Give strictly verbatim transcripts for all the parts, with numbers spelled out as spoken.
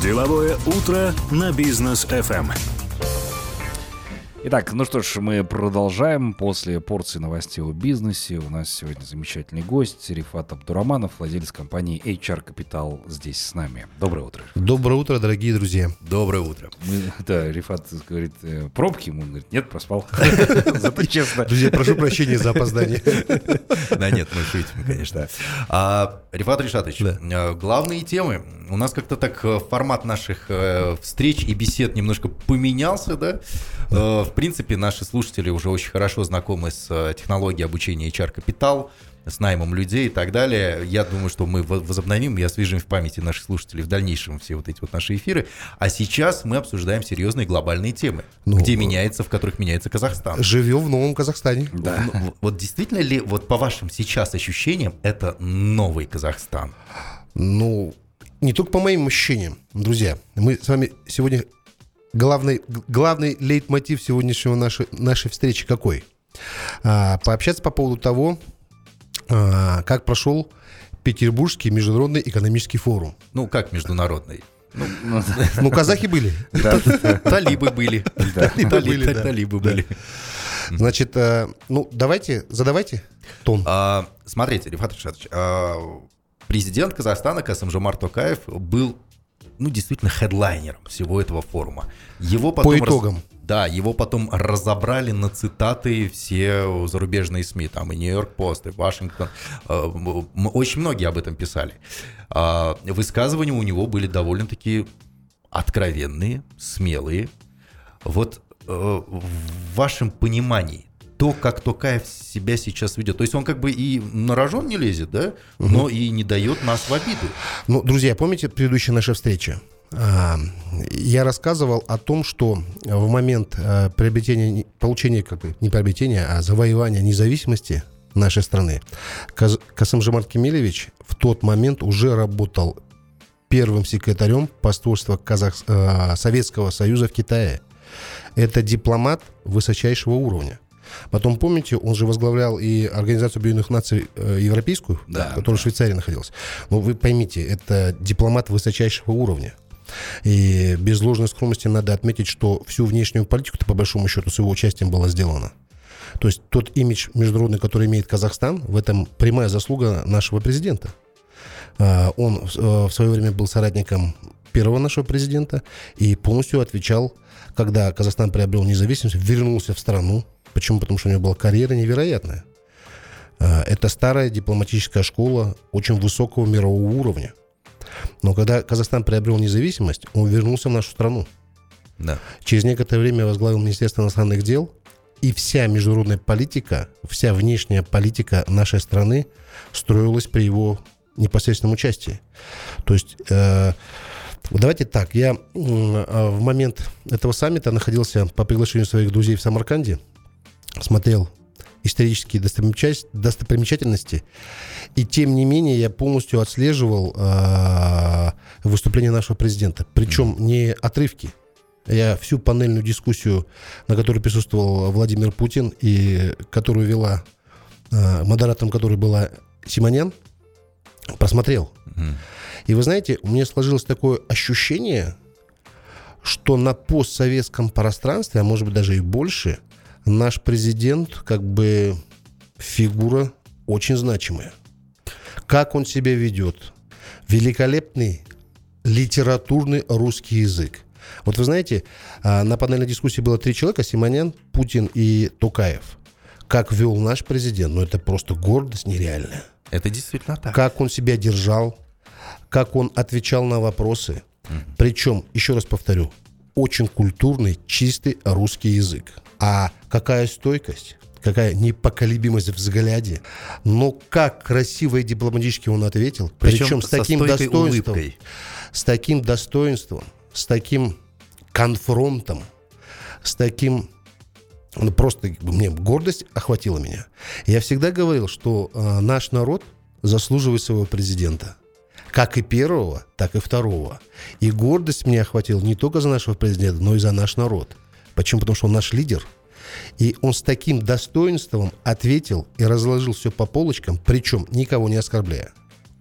Деловое утро на Бизнес эф эм. Итак, ну что ж, мы продолжаем. После порции новостей о бизнесе у нас сегодня замечательный гость Рифат Абдураманов, владелец компании эйч ар Capital, здесь с нами. Доброе утро. Доброе утро, дорогие друзья. Доброе утро. Мы, да, Рифат говорит, пробки? Мы говорит, нет, проспал. Зато честно. Друзья, прошу прощения за опоздание. Да нет, мы шутим, конечно. Рифат Ришатович, главные темы. У нас как-то так формат наших встреч и бесед немножко поменялся, да? В принципе, наши слушатели уже очень хорошо знакомы с технологией обучения эйч ар Capital, с наймом людей и так далее. Я думаю, что мы возобновим и освежим в памяти наших слушателей в дальнейшем все вот эти вот наши эфиры. А сейчас мы обсуждаем серьезные глобальные темы, ну, где меняется, в которых меняется Казахстан. Живем в новом Казахстане. Да. Вот, вот действительно ли, вот по вашим сейчас ощущениям, это новый Казахстан? Ну, не только по моим ощущениям, друзья. Мы с вами сегодня... Главный, главный лейтмотив сегодняшнего нашей, нашей встречи какой? А, пообщаться по поводу того, а, как прошел Петербургский международный экономический форум. Ну, как международный? Ну, ну казахи были. Талибы были. Талибы были. Значит, ну, давайте, задавайте тон. Смотрите, Рифат Ришатович, президент Казахстана Касым-Жомарт Токаев был... ну, действительно, хедлайнером всего этого форума. Его потом По итогам. Раз... Да, его потом разобрали на цитаты все зарубежные СМИ, там и Нью-Йорк Пост, и Вашингтон. Очень многие об этом писали. Высказывания у него были довольно-таки откровенные, смелые. Вот в вашем понимании, то, как Токаев себя сейчас ведет. То есть он как бы и на рожон не лезет, да, угу. но и не дает нас в обиду. Ну, друзья, помните предыдущая наша встреча? Я рассказывал о том, что в момент приобретения, получения, как бы, не приобретения, а завоевания независимости нашей страны, Касым-Жомарт Кемелевич в тот момент уже работал первым секретарем посольства Казах... Советского Союза в Китае. Это дипломат высочайшего уровня. Потом, помните, он же возглавлял и Организацию Объединенных Наций э, Европейскую, да, которая да. в Швейцарии находилась. Но вы поймите, это дипломат высочайшего уровня. И без ложной скромности надо отметить, что всю внешнюю политику-то, по большому счету, с его участием было сделано. То есть тот имидж международный, который имеет Казахстан, в этом прямая заслуга нашего президента. Э, он э, в свое время был соратником первого нашего президента и полностью отвечал, когда Казахстан приобрел независимость, вернулся в страну. Почему? Потому что у него была карьера невероятная. Это старая дипломатическая школа очень высокого мирового уровня. Но когда Казахстан приобрел независимость, он вернулся в нашу страну. Да. Через некоторое время возглавил Министерство иностранных дел, и вся международная политика, вся внешняя политика нашей страны строилась при его непосредственном участии. То есть... Э- Давайте так, я в момент этого саммита находился по приглашению своих друзей в Самарканде, смотрел исторические достопримечательности, и тем не менее я полностью отслеживал э, выступление нашего президента, причем не отрывки. Я всю панельную дискуссию, на которой присутствовал Владимир Путин и которую вела, э, модератором которой была Симонян, просмотрел. И вы знаете, у меня сложилось такое ощущение, что на постсоветском пространстве, а может быть даже и больше, наш президент как бы фигура очень значимая. Как он себя ведет. Великолепный литературный русский язык. Вот вы знаете, на панельной дискуссии было три человека: Симонян, Путин и Токаев. Как вел наш президент, ну это просто гордость нереальная. Это действительно так. Как он себя держал, как он отвечал на вопросы. Mm-hmm. Причем, еще раз повторю, очень культурный, чистый русский язык. А какая стойкость, какая непоколебимость в взгляде. Но как красиво и дипломатически он ответил. Причем, причем с таким достоинством. Улыбкой. С таким достоинством, с таким конфронтом, с таким... Ну, просто мне гордость охватила меня. Я всегда говорил, что э, наш народ заслуживает своего президента. Как и первого, так и второго. И гордость меня охватила не только за нашего президента, но и за наш народ. Почему? Потому что он наш лидер. И он с таким достоинством ответил и разложил все по полочкам, причем никого не оскорбляя.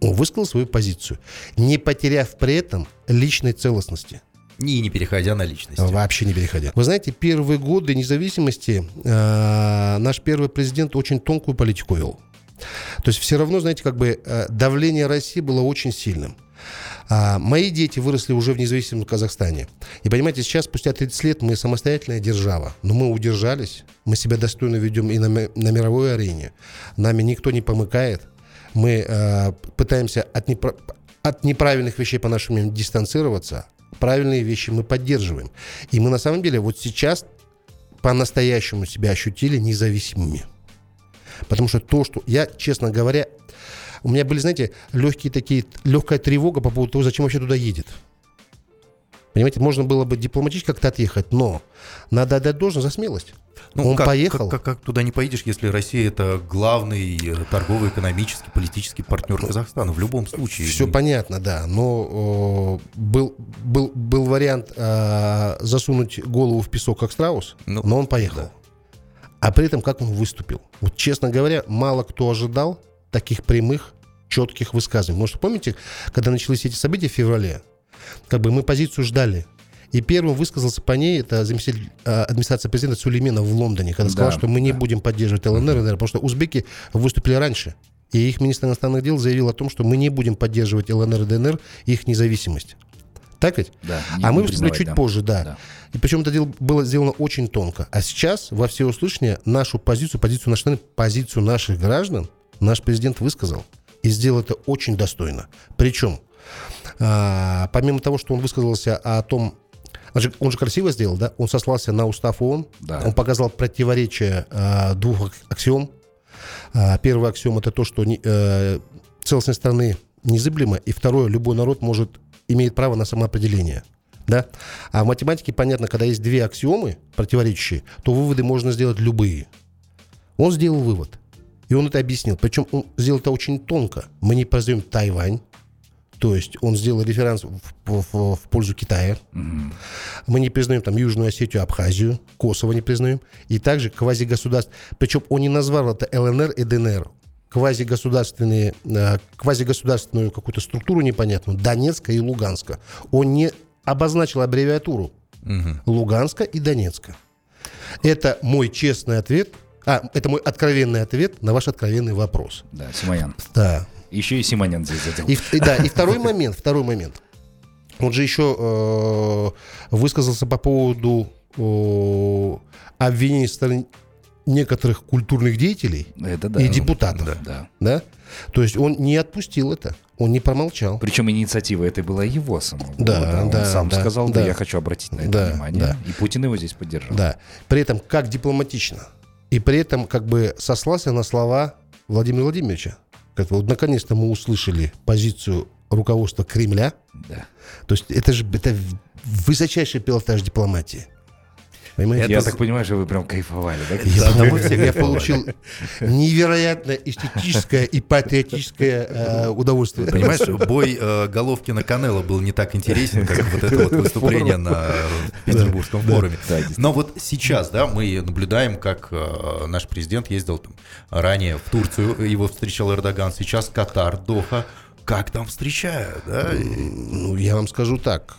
Он высказал свою позицию, не потеряв при этом личной целостности. И не переходя на личность. Вообще не переходя. Вы знаете, первые годы независимости э, наш первый президент очень тонкую политику вел. То есть все равно, знаете, как бы э, давление России было очень сильным. А мои дети выросли уже в независимом Казахстане. И понимаете, сейчас, спустя тридцать лет, мы самостоятельная держава. Но мы удержались, мы себя достойно ведем и на, на мировой арене. Нами никто не помыкает. Мы э, пытаемся от, непро- от неправильных вещей, по нашему мнению, дистанцироваться. Правильные вещи мы поддерживаем. И мы на самом деле вот сейчас по-настоящему себя ощутили независимыми. Потому что то, что... Я, честно говоря, у меня были, знаете, легкие такие, легкая тревога по поводу того, зачем вообще туда едет. Понимаете, можно было бы дипломатически как-то отъехать, но надо отдать должное за смелость. Ну, Он как, поехал. Как, как, как туда не поедешь, если Россия — это главный торговый, экономический, политический партнер Казахстана в любом случае? Все понятно, да. Но э, был, был, был вариант э, засунуть голову в песок, как страус, ну, но он поехал. Да. А при этом как он выступил? Вот, честно говоря, мало кто ожидал таких прямых, четких высказываний. Может, помните, когда начались эти события в феврале, как бы мы позицию ждали. И первым высказался по ней это заместитель э, администрации президента Сулейменов в Лондоне, когда сказал, да, что мы не да. будем поддерживать ЛНР, ЛНР, потому что узбеки выступили раньше. И их министр иностранных дел заявил о том, что мы не будем поддерживать ЛНР и ДНР и их независимость. Так ведь? Да, а мы выступили чуть да. позже, да. да. И причем это дело было сделано очень тонко. А сейчас во всеуслышание нашу позицию, позицию нашей страны, позицию наших граждан наш президент высказал. И сделал это очень достойно. Причем, а, помимо того, что он высказался о том, он же, он же красиво сделал, да? Он сослался на устав ООН, да. Он показал противоречие а, двух аксиом. А, первый аксиом — это то, что не, а, целостность страны незыблема, и второе — любой народ может, имеет право на самоопределение. Да? А в математике понятно, когда есть две аксиомы противоречащие, то выводы можно сделать любые. Он сделал вывод. И он это объяснил. Причем он сделал это очень тонко. Мы не признаем Тайвань. То есть он сделал референс в, в, в пользу Китая. Mm-hmm. Мы не признаем там Южную Осетию, Абхазию. Косово не признаем. И также квазигосударств. Причем он не назвал это ЛНР и ДНР. Квазигосударственные, квазигосударственную какую-то структуру непонятную. Донецка и Луганска. Он не обозначил аббревиатуру. Mm-hmm. Луганска и Донецка. Это мой честный ответ. А, это мой откровенный ответ на ваш откровенный вопрос. Да, Симонян. Да. Еще и Симонян здесь задел. И, и, да, и второй момент, второй момент. Он же еще э, высказался по поводу э, обвинений со стороны некоторых культурных деятелей это да, и депутатов. Да, да. Да? То есть он не отпустил это, он не промолчал. Причем инициатива этой была его самого. Да, да, он да, сам да, сказал, да, да, я хочу обратить на это да, внимание. Да. И Путин его здесь поддержал. Да. При этом как дипломатично. И при этом как бы сослался на слова Владимира Владимировича. Как вот наконец-то мы услышали позицию руководства Кремля. Да. То есть это же это высочайший пилотаж дипломатии. Понимаете? Я это... так понимаю, что вы прям кайфовали, да? Я, да, я, я получил невероятно эстетическое и патриотическое э, удовольствие. Понимаешь, бой э, Головкина-Канело был не так интересен, как вот это вот выступление на Петербургском форуме. Но вот сейчас, да, мы наблюдаем, как э, наш президент ездил там ранее в Турцию, его встречал Эрдоган, сейчас Катар, Доха. Как там встречают, да? Ну, я вам скажу так.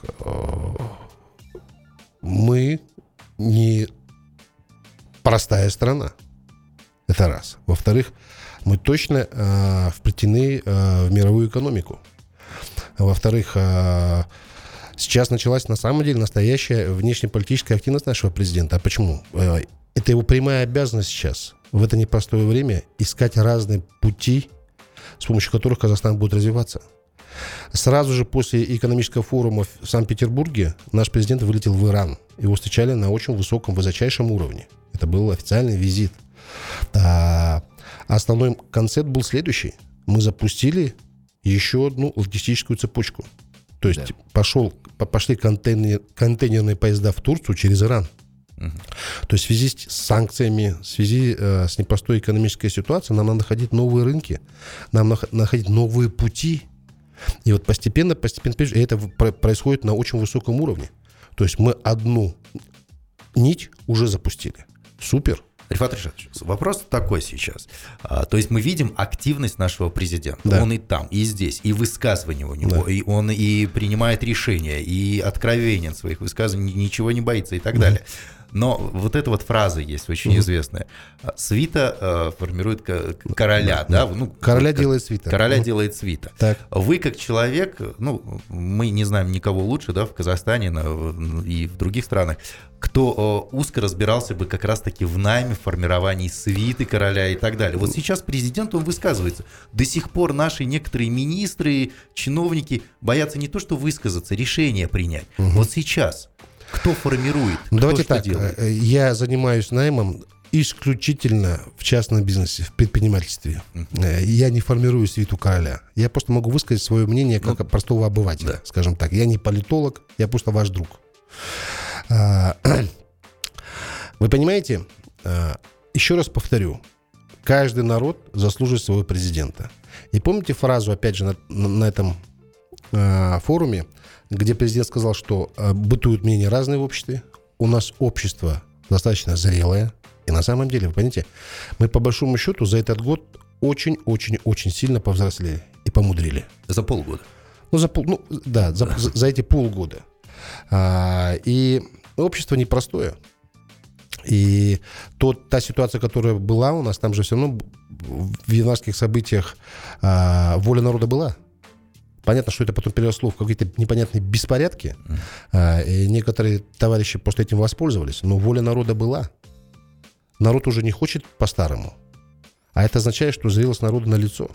Мы не простая страна. Это раз. Во-вторых, мы точно э, вплетены э, в мировую экономику. Во-вторых, э, сейчас началась на самом деле настоящая внешнеполитическая активность нашего президента. А почему? Э, это его прямая обязанность сейчас, в это непростое время, искать разные пути, с помощью которых Казахстан будет развиваться. Сразу же после экономического форума в Санкт-Петербурге наш президент вылетел в Иран. Его встречали на очень высоком, высочайшем уровне. Это был официальный визит. А основной концепт был следующий. Мы запустили еще одну логистическую цепочку. То есть да. пошел, пошли контейнер, контейнерные поезда в Турцию через Иран. Угу. То есть в связи с санкциями, в связи э, с непростой экономической ситуацией нам надо находить новые рынки, нам надо находить новые пути. И вот постепенно, постепенно, и это происходит на очень высоком уровне. То есть мы одну нить уже запустили. Супер. Рифат Ришатович, вопрос такой сейчас. А, то есть мы видим активность нашего президента. Да. Он и там, и здесь, и высказывания у него, Да. и он и принимает решения, и откровенен в своих высказываниях, ничего не боится и так далее. Но вот эта вот фраза есть очень известная. Свита э, формирует к- короля, да? Ну, Короля как- делает свита. Короля Мгм. делает свита. Так. Вы как человек, ну, мы не знаем никого лучше, да, в Казахстане на- и в других странах, кто э, узко разбирался бы как раз-таки в найме, в формировании свиты короля и так далее. Вот сейчас президент, он высказывается. До сих пор наши некоторые министры, чиновники боятся не то что высказаться, решение принять. Вот сейчас кто формирует, Ну, кто давайте что так, делает? э, я занимаюсь наймом исключительно в частном бизнесе, в предпринимательстве. Э, Я не формирую свиту короля. Я просто могу высказать свое мнение как Ну, простого обывателя, да. скажем так. Я не политолог, я просто ваш друг. А, Вы понимаете, а, еще раз повторю, каждый народ заслуживает своего президента. И помните фразу, опять же, на, на этом а, форуме, где президент сказал, что а, бытуют мнения разные в обществе, у нас общество достаточно зрелое, и на самом деле, вы понимаете, мы по большому счету за этот год очень-очень-очень сильно повзрослели и помудрили. За полгода. Ну, за, пол, ну да, за, за, за эти полгода. А, и общество непростое. И тот, та ситуация, которая была у нас, там же все равно в январских событиях а, воля народа была. Понятно, что это потом переросло в какие-то непонятные беспорядки. А, и некоторые товарищи просто этим воспользовались. Но воля народа была. Народ уже не хочет по-старому. А это означает, что зрелость народа налицо.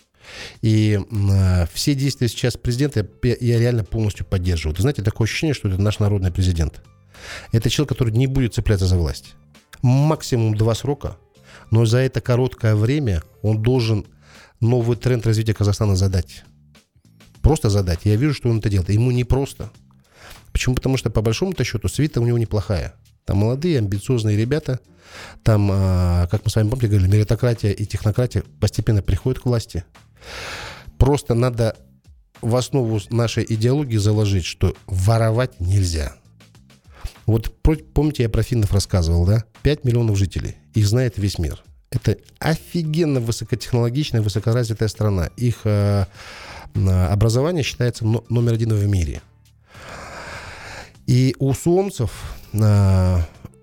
И э, все действия сейчас президента я, я реально полностью поддерживаю. Вы знаете, такое ощущение, что это наш народный президент. Это человек, который не будет цепляться за власть. Максимум два срока, но за это короткое время он должен новый тренд развития Казахстана задать. Просто задать. Я вижу, что он это делает. Ему непросто. Почему? Потому что, по большому-то счету, свита у него неплохая. Там молодые, амбициозные ребята. Там, э, как мы с вами помните, говорили, меритократия и технократия постепенно приходят к власти. Просто надо в основу нашей идеологии заложить, что воровать нельзя. Вот помните, я про финнов рассказывал, да? пять миллионов жителей. Их знает весь мир. Это офигенно высокотехнологичная, высокоразвитая страна. Их э, образование считается номер один в мире. И у суомцев э,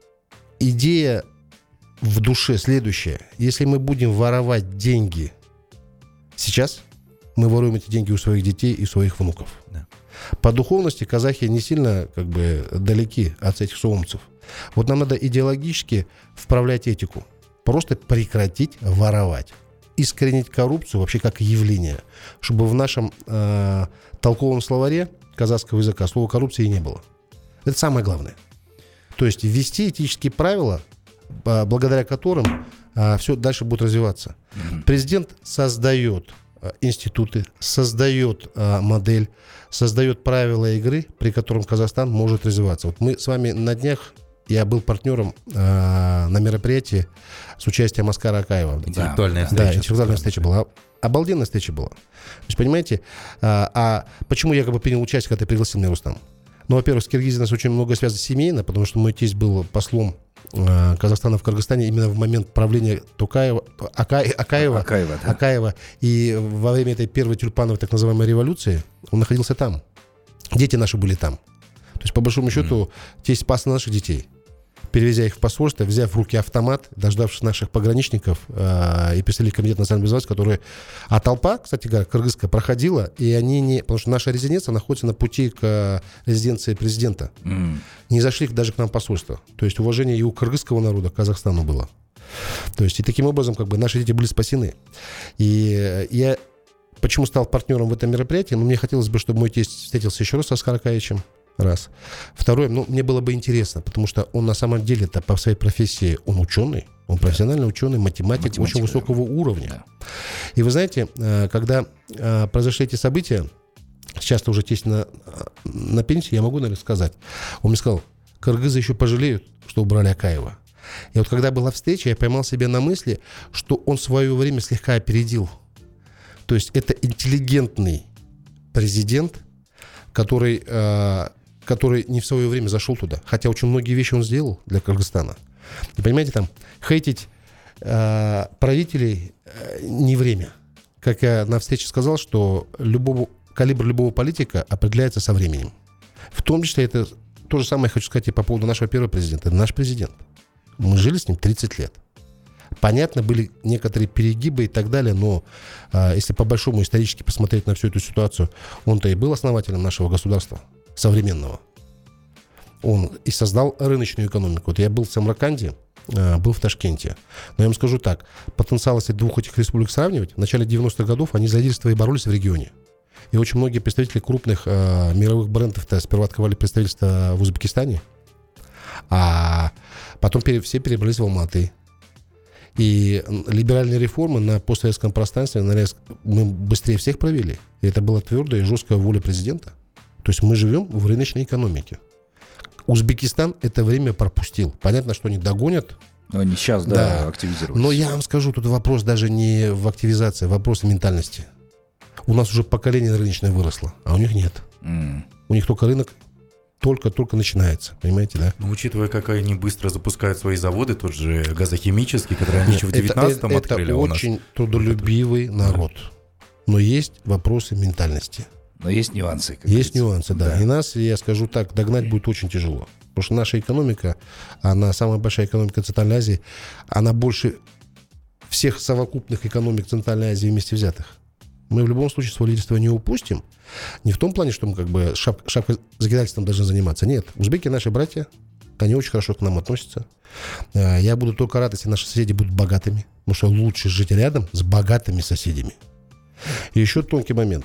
идея в душе следующая. Если мы будем воровать деньги сейчас, мы воруем эти деньги у своих детей и своих внуков. Да. По духовности казахи не сильно как бы далеки от этих суомцев. Вот нам надо идеологически вправлять этику. Просто прекратить воровать. Искоренить коррупцию вообще как явление. Чтобы в нашем э, толковом словаре казахского языка слова коррупции не было. Это самое главное. То есть ввести этические правила, э, благодаря которым э, все дальше будет развиваться. Mm-hmm. Президент создает э, институты, создает э, модель, создает правила игры, при котором Казахстан может развиваться. Вот мы с вами на днях, я был партнером э, на мероприятии с участием Аскара Акаева. Интеллектуальная Да, встреча. да, интеллектуальная встреча была. Обалденная встреча была. То есть, понимаете, а, а почему я как бы принял участие, когда ты пригласил меня, Рустам? Ну, во-первых, с Киргизией у нас очень много связано семейно, потому что мой тесть был послом э, Казахстана в Кыргызстане именно в момент правления Тукаева, Ака, Акаева, Акаева, да. Акаева. И во время этой первой тюльпановой так называемой революции он находился там. Дети наши были там. То есть, по большому счету, mm. тесть спас наших детей, перевезя их в посольство, взяв в руки автомат, дождавшись наших пограничников э, и представителей комитета национальной безопасности, которые... А толпа, кстати говоря, кыргызская, проходила, и они не... Потому что наша резиденция находится на пути к э, резиденции президента. Mm. Не зашли даже к нам в посольство. То есть уважение и у кыргызского народа к Казахстану было. То есть и таким образом как бы наши дети были спасены. И я почему стал партнером в этом мероприятии? Ну, мне хотелось бы, чтобы мой тесть встретился еще раз с Аскаром Акаевичем. Раз. Второе, ну, мне было бы интересно, потому что он на самом деле-то по своей профессии, он ученый, он профессиональный ученый, математик, математик очень высокого уровня. Да. И вы знаете, когда произошли эти события, сейчас-то уже тесть на, на пенсии, я могу, наверное, сказать, он мне сказал, кыргызы еще пожалеют, что убрали Акаева. И вот когда была встреча, я поймал себя на мысли, что он в свое время слегка опередил. То есть это интеллигентный президент, который... который не в свое время зашел туда. Хотя очень многие вещи он сделал для Кыргызстана. И понимаете, там, хейтить э, правителей э, не время. Как я на встрече сказал, что любого, калибр любого политика определяется со временем. В том числе это то же самое я хочу сказать и по поводу нашего первого президента. Это наш президент. Мы жили с ним тридцать лет. Понятно, были некоторые перегибы и так далее, но э, если по-большому исторически посмотреть на всю эту ситуацию, он-то и был основателем нашего государства, современного. Он и создал рыночную экономику. Вот я был в Самарканде, э, был в Ташкенте. Но я вам скажу так, потенциал, если двух этих республик сравнивать, в начале девяностых годов они за лидерство и боролись в регионе. И очень многие представители крупных э, мировых брендов-то сперва открывали представительство в Узбекистане, а потом пере, все перебрались в Алматы. И либеральные реформы на постсоветском пространстве, наверное, мы быстрее всех провели. И это была твердая и жесткая воля президента. То есть мы живем в рыночной экономике. Узбекистан это время пропустил. Понятно, что они догонят. Но они сейчас, да, да, активизировались. Но я вам скажу, тут вопрос даже не в активизации, вопрос в ментальности. У нас уже поколение рыночное выросло, а у них нет. Mm. У них только рынок только-только начинается, понимаете, да? Ну, учитывая, как они быстро запускают свои заводы, тот же газохимический, который они еще в девятнадцатом это, открыли. Это у нас. очень трудолюбивый народ. Но есть вопросы ментальности. Но есть нюансы. Есть нюансы, да. да. И нас, я скажу так, догнать будет очень тяжело. Потому что наша экономика, она самая большая экономика Центральной Азии, она больше всех совокупных экономик Центральной Азии вместе взятых. Мы в любом случае свое лидерство не упустим. Не в том плане, что мы как бы шап, шапкозакидательством должны заниматься. Нет, узбеки наши братья, они очень хорошо к нам относятся. Я буду только рад, если наши соседи будут богатыми. Потому что лучше жить рядом с богатыми соседями. И еще тонкий момент.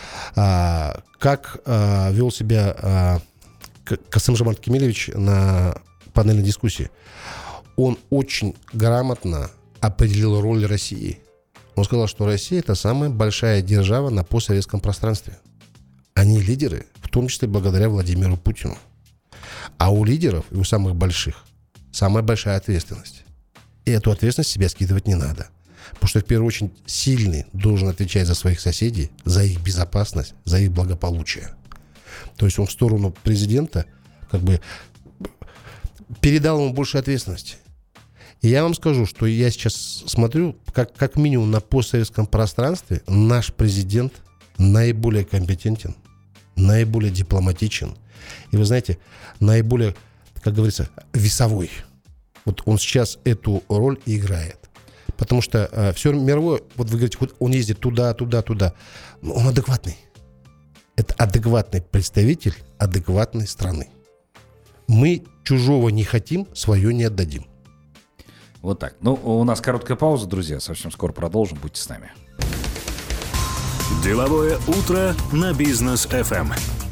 Как вел себя Касым-Жомарт Кемелевич на панельной дискуссии. Он очень грамотно определил роль России. Он сказал, что Россия – это самая большая держава на постсоветском пространстве. Они лидеры, в том числе благодаря Владимиру Путину. А у лидеров, и у самых больших, самая большая ответственность. И эту ответственность себя скидывать не надо. Потому что, в первую очередь, сильный должен отвечать за своих соседей, за их безопасность, за их благополучие. То есть он в сторону президента как бы передал ему больше ответственности. И я вам скажу, что я сейчас смотрю, как, как минимум на постсоветском пространстве наш президент наиболее компетентен, наиболее дипломатичен. И вы знаете, наиболее, как говорится, весовой. Вот он сейчас эту роль и играет. Потому что э, все мировое, вот вы говорите, он ездит туда, туда, туда. Но он адекватный. Это адекватный представитель адекватной страны. Мы чужого не хотим, свое не отдадим. Вот так. Ну, у нас короткая пауза, друзья. Совсем скоро продолжим. Будьте с нами. Деловое утро на Бизнес эф эм.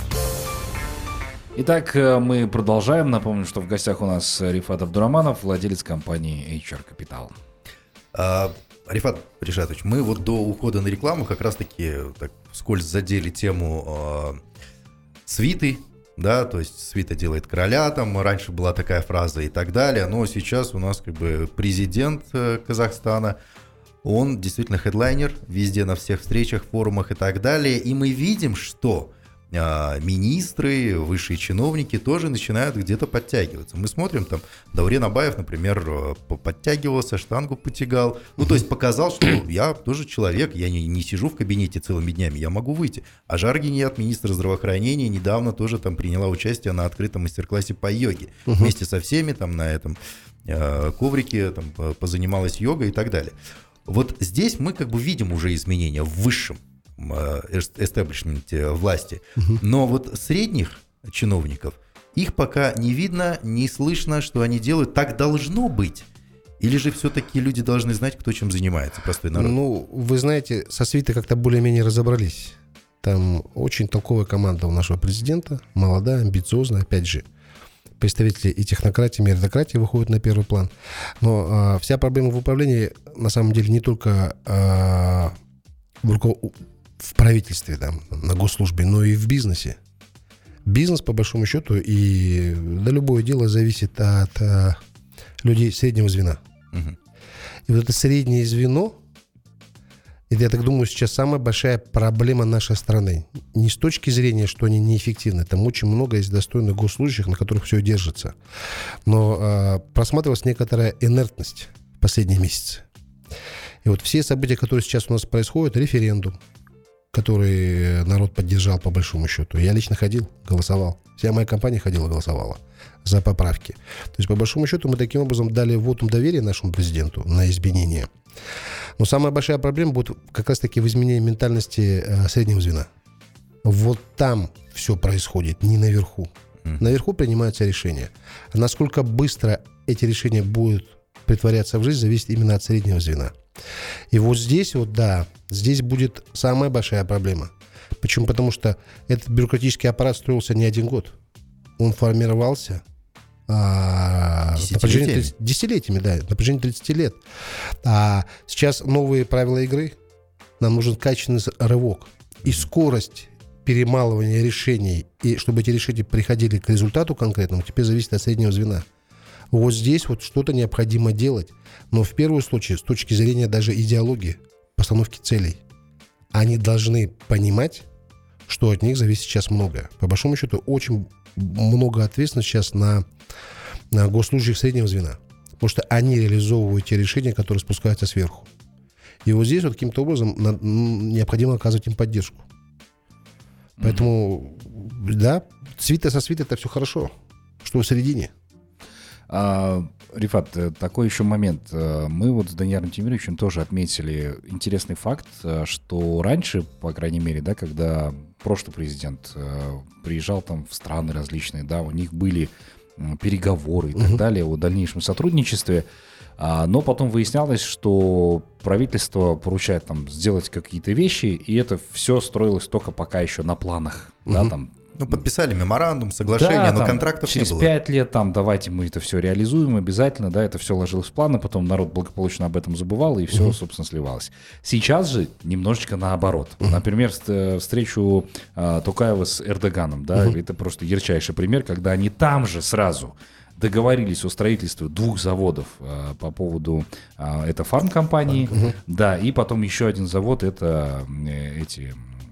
Итак, мы продолжаем. Напомню, что в гостях у нас Рифат Абдураманов, владелец компании эйч ар Capital. А, Рифат Ришатович, мы вот до ухода на рекламу как раз-таки так вскользь задели тему э, свиты. Да, то есть свита делает короля, там раньше была такая фраза и так далее, но сейчас у нас как бы президент э, Казахстана, он действительно хедлайнер везде, на всех встречах, форумах и так далее, и мы видим, что э, министры, высшие чиновники тоже начинают где-то подтягиваться. Мы смотрим, там, Даурен Абаев, например, подтягивался, штангу потягал, ну, то есть показал, что я тоже человек, я не, не сижу в кабинете целыми днями, я могу выйти. А Жаргиньят, министр здравоохранения, недавно тоже там приняла участие на открытом мастер-классе по йоге. Uh-huh. Вместе со всеми там на этом э, коврике там, позанималась йогой и так далее. Вот здесь мы как бы видим уже изменения в высшем эстеблишменте власти. Uh-huh. Но вот средних чиновников, их пока не видно, не слышно, что они делают. Так должно быть. Или же все-таки люди должны знать, кто чем занимается, простой народ? Ну, вы знаете, со свитой как-то более-менее разобрались. Там очень толковая команда у нашего президента, молодая, амбициозная, опять же. Представители и технократии, и меритократии выходят на первый план. Но а, вся проблема в управлении, на самом деле, не только а, в, руков... в правительстве, там, на госслужбе, но и в бизнесе. Бизнес, по большому счету, и да, любое дело зависит от а, людей среднего звена. Угу. И вот это среднее звено, Это, я так думаю, сейчас самая большая проблема нашей страны. Не с точки зрения, что они неэффективны. Там очень много есть достойных госслужащих, на которых все держится. Но э, просматривалась некоторая инертность в последние месяцы. И вот все события, которые сейчас у нас происходят, референдум, который народ поддержал по большому счету. Я лично ходил, голосовал. Вся моя компания ходила, голосовала за поправки. То есть, по большому счету, мы таким образом дали вотум доверия нашему президенту на изменения. Но самая большая проблема будет как раз-таки в изменении ментальности э, среднего звена. Вот там все происходит, не наверху. Mm. Наверху принимаются решения. А насколько быстро эти решения будут притворяться в жизнь, зависит именно от среднего звена. И вот здесь вот, да, здесь будет самая большая проблема. Почему? Потому что этот бюрократический аппарат строился не один год. Он формировался а, на протяжении тридцати, десятилетиями, да, на протяжении тридцати лет. А сейчас новые правила игры. Нам нужен качественный рывок. И скорость перемалывания решений, и чтобы эти решения приходили к результату конкретному, теперь зависит от среднего звена. Вот здесь вот что-то необходимо делать. Но в первую очередь, с точки зрения даже идеологии, постановки целей, они должны понимать, что от них зависит сейчас многое. По большому счету, очень много ответственности сейчас на, на госслужащих среднего звена. Потому что они реализовывают те решения, которые спускаются сверху. И вот здесь вот каким-то образом на, необходимо оказывать им поддержку. Поэтому, mm-hmm. да, свита со свита это все хорошо. Что в середине? А, Рифат, такой еще момент. Мы вот с Данияром Темировичем тоже отметили интересный факт, что раньше, по крайней мере, да, когда прошлый президент приезжал там в страны различные, да, у них были переговоры и так uh-huh. далее о дальнейшем сотрудничестве, но потом выяснялось, что правительство поручает там сделать какие-то вещи, и это все строилось только пока еще на планах, uh-huh. да, там. Ну, подписали меморандум, соглашение, да, но там, контрактов через не было. Через пять лет там давайте мы это все реализуем обязательно, да, это все ложилось в планы, потом народ благополучно об этом забывал, и все, uh-huh. собственно, сливалось. Сейчас же немножечко наоборот. Uh-huh. Например, встречу а, Токаева с Эрдоганом, да, uh-huh. это просто ярчайший пример, когда они там же сразу договорились о строительстве двух заводов а, по поводу, а, это фармкомпании, uh-huh. да, и потом еще один завод, это э, эти...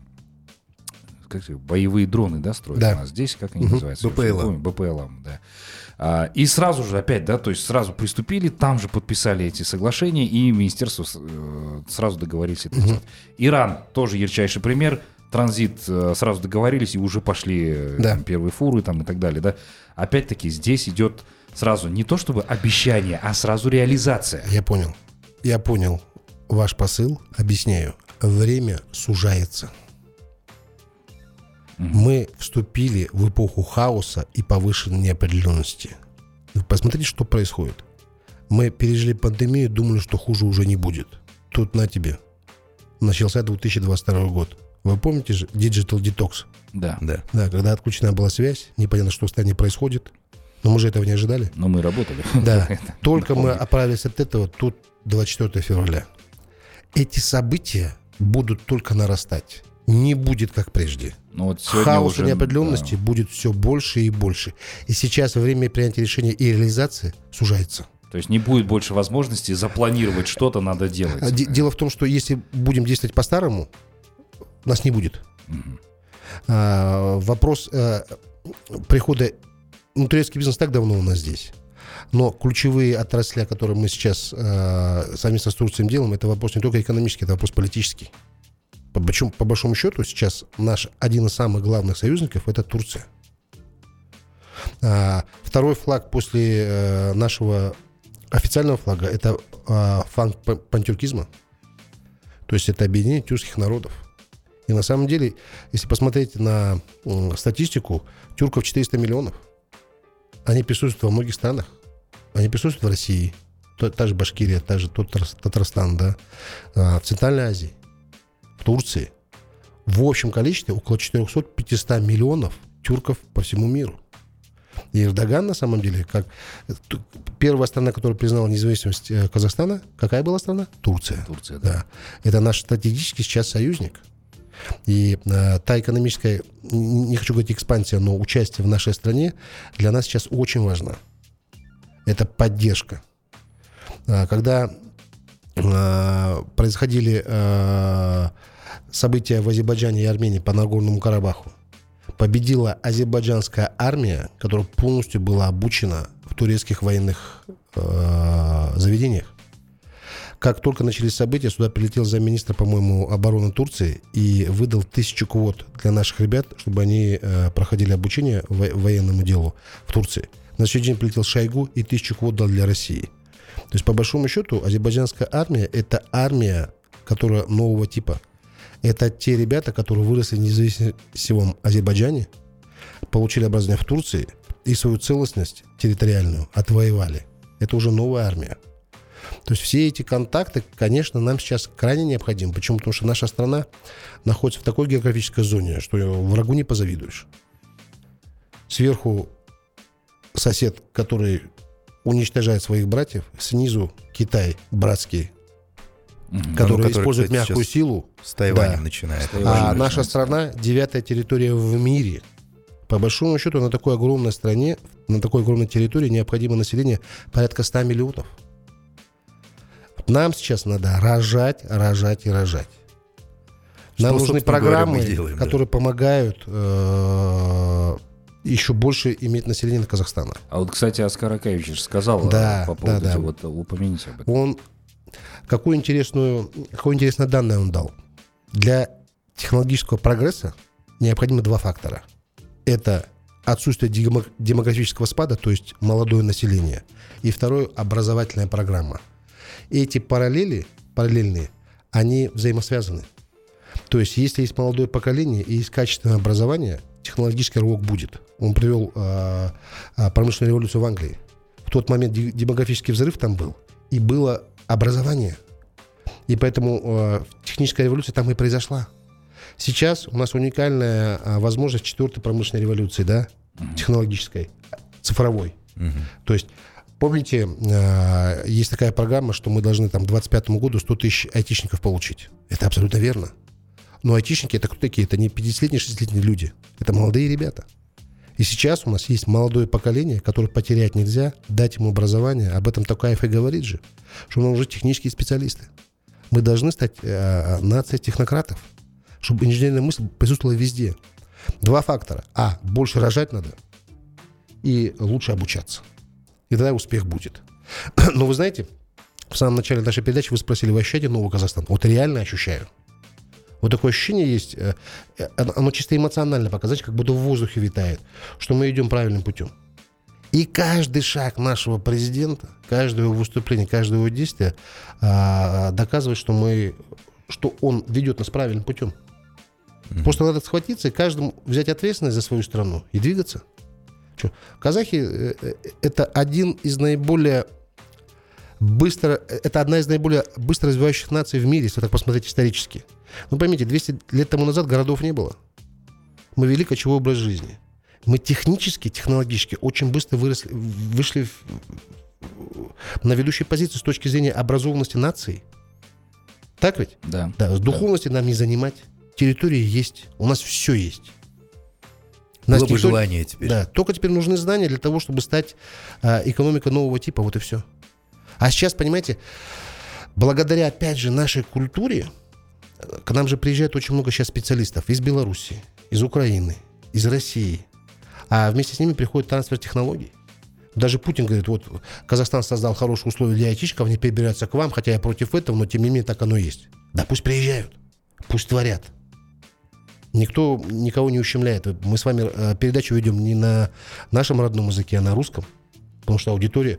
Как, боевые дроны, да, строят да. у нас здесь, как они угу. называются? БПЛА. БПЛА, да. А, и сразу же опять, да, то есть сразу приступили, там же подписали эти соглашения, и министерство э, сразу договорились это угу. делать. Иран тоже ярчайший пример. Транзит э, сразу договорились, и уже пошли да. там, первые фуры там, и так далее, да. Опять-таки здесь идет сразу не то чтобы обещание, а сразу реализация. Я понял. Я понял ваш посыл. Объясняю. Время сужается. Мы вступили в эпоху хаоса и повышенной неопределенности. Вы посмотрите, что происходит. Мы пережили пандемию, думали, что хуже уже не будет. Тут на тебе. Начался две тысячи двадцать второй год. Вы помните же Digital Detox? Да. Да. Да, когда отключена была связь, непонятно, что в стране происходит. Но мы же этого не ожидали. Но мы работали. Да. Только мы оправились от этого тут двадцать четвёртого февраля. Эти события будут только нарастать. Не будет как прежде. Ну, вот хаос уже, и неопределенности да. будет все больше и больше. И сейчас время принятия решения и реализации сужается. То есть не будет больше возможности запланировать что-то, надо делать. Дело в том, что если будем действовать по-старому, нас не будет. Угу. А, вопрос а, прихода... Ну, турецкий бизнес так давно у нас здесь. Но ключевые отрасли, которые мы сейчас а, совместно с Турцией делаем, это вопрос не только экономический, это вопрос политический. По большому, по большому счету сейчас наш один из самых главных союзников — это Турция. А, второй флаг после а, нашего официального флага — это а, флаг пантюркизма. То есть это объединение тюркских народов. И на самом деле, если посмотреть на м, статистику, тюрков четыреста миллионов. Они присутствуют во многих странах. Они присутствуют в России, та, та же Башкирия, та же Татарстан, да, а, в Центральной Азии, в Турции. В общем количестве около четыреста-пятьсот миллионов тюрков по всему миру. И Эрдоган, на самом деле, как первая страна, которая признала независимость Казахстана, какая была страна? Турция. Турция, да. Да. Это наш стратегический сейчас союзник. И э, та экономическая, не хочу говорить экспансия, но участие в нашей стране для нас сейчас очень важно. Это поддержка. Когда э, происходили э, события в Азербайджане и Армении по Нагорному Карабаху, победила азербайджанская армия, которая полностью была обучена в турецких военных э, заведениях. Как только начались события, сюда прилетел замминистра, по-моему, обороны Турции и выдал тысячу квот для наших ребят, чтобы они э, проходили обучение во- военному делу в Турции. На следующий день прилетел Шойгу и тысячу квот дал для России. То есть, по большому счету, азербайджанская армия – это армия, которая нового типа. Это те ребята, которые выросли в независимом Азербайджане, получили образование в Турции и свою целостность территориальную отвоевали. Это уже новая армия. То есть все эти контакты, конечно, нам сейчас крайне необходимы. Почему? Потому что наша страна находится в такой географической зоне, что врагу не позавидуешь. Сверху сосед, который уничтожает своих братьев, снизу Китай, братский, Мгм. который, который, использует кстати, мягкую сейчас силу. С Тайванем Да. начинает. С Тайванем. А Важно наша начинается. страна девятая территория в мире. По большому счету, на такой огромной стране, на такой огромной территории необходимо население порядка ста миллионов. Нам сейчас надо рожать, рожать и рожать. Нам Что, нужны собственно говоря, программы, мы делаем, да. которые помогают э, еще больше иметь население на Казахстана. А вот, кстати, Оскар Акаевич сказал Да, э, по поводу да, да. этого, вот упомяните об этом. Он какую интересную, какое интересное данное он дал. Для технологического прогресса необходимо два фактора. Это отсутствие демо- демографического спада, то есть молодое население, и второе – образовательная программа. Эти параллели, параллельные, они взаимосвязаны. То есть если есть молодое поколение и есть качественное образование, технологический рывок будет. Он привел э, э, промышленную революцию в Англии. В тот момент де- демографический взрыв там был, и было образование. И поэтому э, техническая революция там и произошла. Сейчас у нас уникальная э, возможность четвертой промышленной революции, да, технологической, цифровой. Мгм. То есть, помните, э, есть такая программа, что мы должны там к двадцать пятому году сто тысяч айтишников получить. Это абсолютно верно. Но айтишники это кто такие? Это не пятидесятилетние, шестидесятилетние люди. Это молодые ребята. И сейчас у нас есть молодое поколение, которое потерять нельзя, дать ему образование. Об этом Токаев и говорит же, что нам нужны технические специалисты. Мы должны стать э, нацией технократов, чтобы инженерная мысль присутствовала везде. Два фактора. А, больше рожать надо и лучше обучаться. И тогда успех будет. Но вы знаете, в самом начале нашей передачи вы спросили, вы ощущаете новый Казахстан? Вот реально ощущаю. Вот такое ощущение есть, э, э, оно чисто эмоционально показать, как будто в воздухе витает, что мы идем правильным путем. И каждый шаг нашего президента, каждое его выступление, каждое его действие э, доказывает, что, мы, что он ведет нас правильным путем. Mm-hmm. Просто надо схватиться и каждому взять ответственность за свою страну и двигаться. Что? Казахи э, э, это один из наиболее быстро, это одна из наиболее быстро развивающих наций в мире, если так посмотреть исторически. Ну, поймите, двести лет тому назад городов не было. Мы вели кочевой образ жизни. Мы технически, технологически очень быстро выросли, вышли в, на ведущие позиции с точки зрения образованности нации. Так ведь? Да. Да, с духовностью нам не занимать. Территории есть. У нас все есть. Нас Было бы никто- желание теперь. Да, только теперь нужны знания для того, чтобы стать а, экономикой нового типа. Вот и все. А сейчас, понимаете, благодаря, опять же, нашей культуре, к нам же приезжает очень много сейчас специалистов из Беларуси, из Украины, из России. А вместе с ними приходит трансфер технологий. Даже Путин говорит, вот Казахстан создал хорошие условия для айтишников, они перебираются к вам, хотя я против этого, но тем не менее так оно и есть. Да пусть приезжают, пусть творят. Никто никого не ущемляет. Мы с вами э, передачу ведем не на нашем родном языке, а на русском. Потому что аудитория...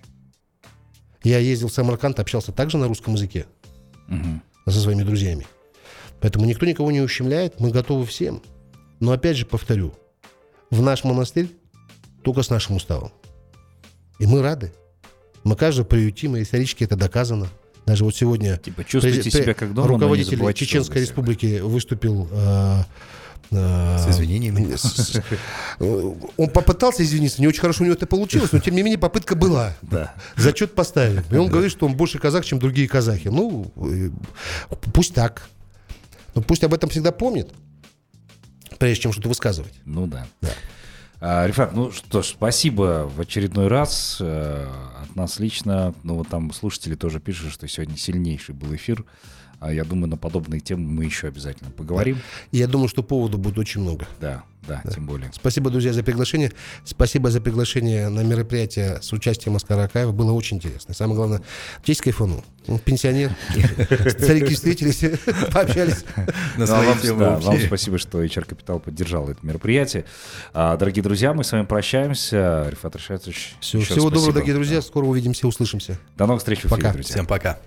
Я ездил в Самарканд, общался также на русском языке Мгм. со своими друзьями. Поэтому никто никого не ущемляет, мы готовы всем. Но опять же повторю, в наш монастырь только с нашим уставом. И мы рады. Мы каждого приютим, и исторически это доказано. Даже вот сегодня Типа чувствуйте през- себя как дома, но не руководитель забывайте, что Чеченской вы гостях. республики выступил э, э, С извинениями. с- с- э, Он попытался извиниться, не очень хорошо у него это получилось, но тем не менее попытка была. Да. Зачет поставили. И он говорит, что он больше казах, чем другие казахи. Ну, э, пусть так. Но пусть об этом всегда помнит, прежде чем что-то высказывать. Ну да. Да. А, Рифат, ну что ж, спасибо в очередной раз. Э, от нас лично. Ну вот там слушатели тоже пишут, что сегодня сильнейший был эфир. А я думаю, на подобные темы мы еще обязательно поговорим. И я думаю, что поводов будет очень много. Да, да, да, тем более. Спасибо, друзья, за приглашение. Спасибо за приглашение на мероприятие с участием Аскара Акаева. Было очень интересно. И самое главное, честь кайфанул. Он пенсионер. Старики встретились, пообщались. Ну, а вам, да, вам спасибо, что эйч ар Capital поддержал это мероприятие. А, дорогие друзья, мы с вами прощаемся. Рифат Ришатович, Все, всего доброго, дорогие друзья. Скоро увидимся, услышимся. До новых встреч в эфире, пока. друзья. Всем пока.